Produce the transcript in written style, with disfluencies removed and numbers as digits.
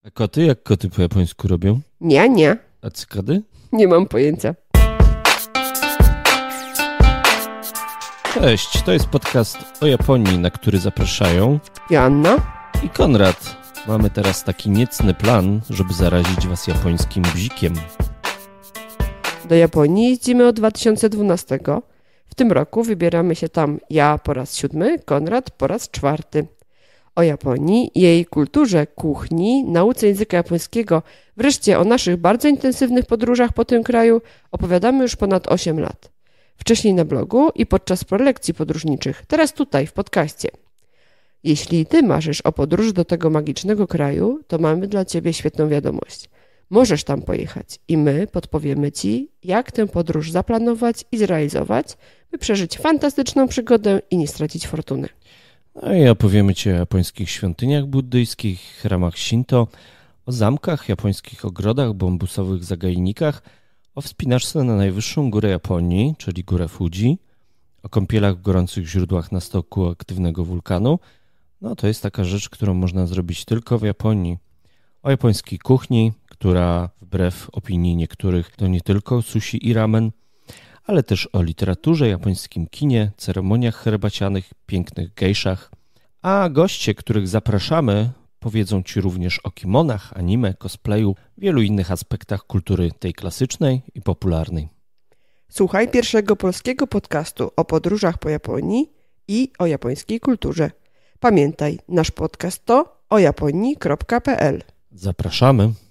A koty? Jak koty po japońsku robią? Nie. A cykady? Nie mam pojęcia. Cześć, to jest podcast o Japonii, na który zapraszają Joanna i Konrad. Mamy teraz taki niecny plan, żeby zarazić was japońskim bzikiem. Do Japonii jeździmy od 2012. W tym roku wybieramy się tam ja po raz 7, Konrad po raz 4. O Japonii, jej kulturze, kuchni, nauce języka japońskiego, wreszcie o naszych bardzo intensywnych podróżach po tym kraju opowiadamy już ponad 8 lat. Wcześniej na blogu i podczas prelekcji podróżniczych, teraz tutaj w podcaście. Jeśli ty marzysz o podróży do tego magicznego kraju, to mamy dla ciebie świetną wiadomość. Możesz tam pojechać i my podpowiemy ci, jak tę podróż zaplanować i zrealizować, by przeżyć fantastyczną przygodę i nie stracić fortuny. No i opowiemy ci o japońskich świątyniach buddyjskich, chramach Shinto, o zamkach, japońskich ogrodach, bambusowych zagajnikach, o wspinaczce na najwyższą górę Japonii, czyli górę Fuji, o kąpielach w gorących źródłach na stoku aktywnego wulkanu. No to jest taka rzecz, którą można zrobić tylko w Japonii. O japońskiej kuchni, która wbrew opinii niektórych to nie tylko sushi i ramen, ale też o literaturze, japońskim kinie, ceremoniach herbacianych, pięknych gejszach. A goście, których zapraszamy, powiedzą ci również o kimonach, anime, cosplayu, wielu innych aspektach kultury tej klasycznej i popularnej. Słuchaj pierwszego polskiego podcastu o podróżach po Japonii i o japońskiej kulturze. Pamiętaj, nasz podcast to ojaponii.pl. Zapraszamy!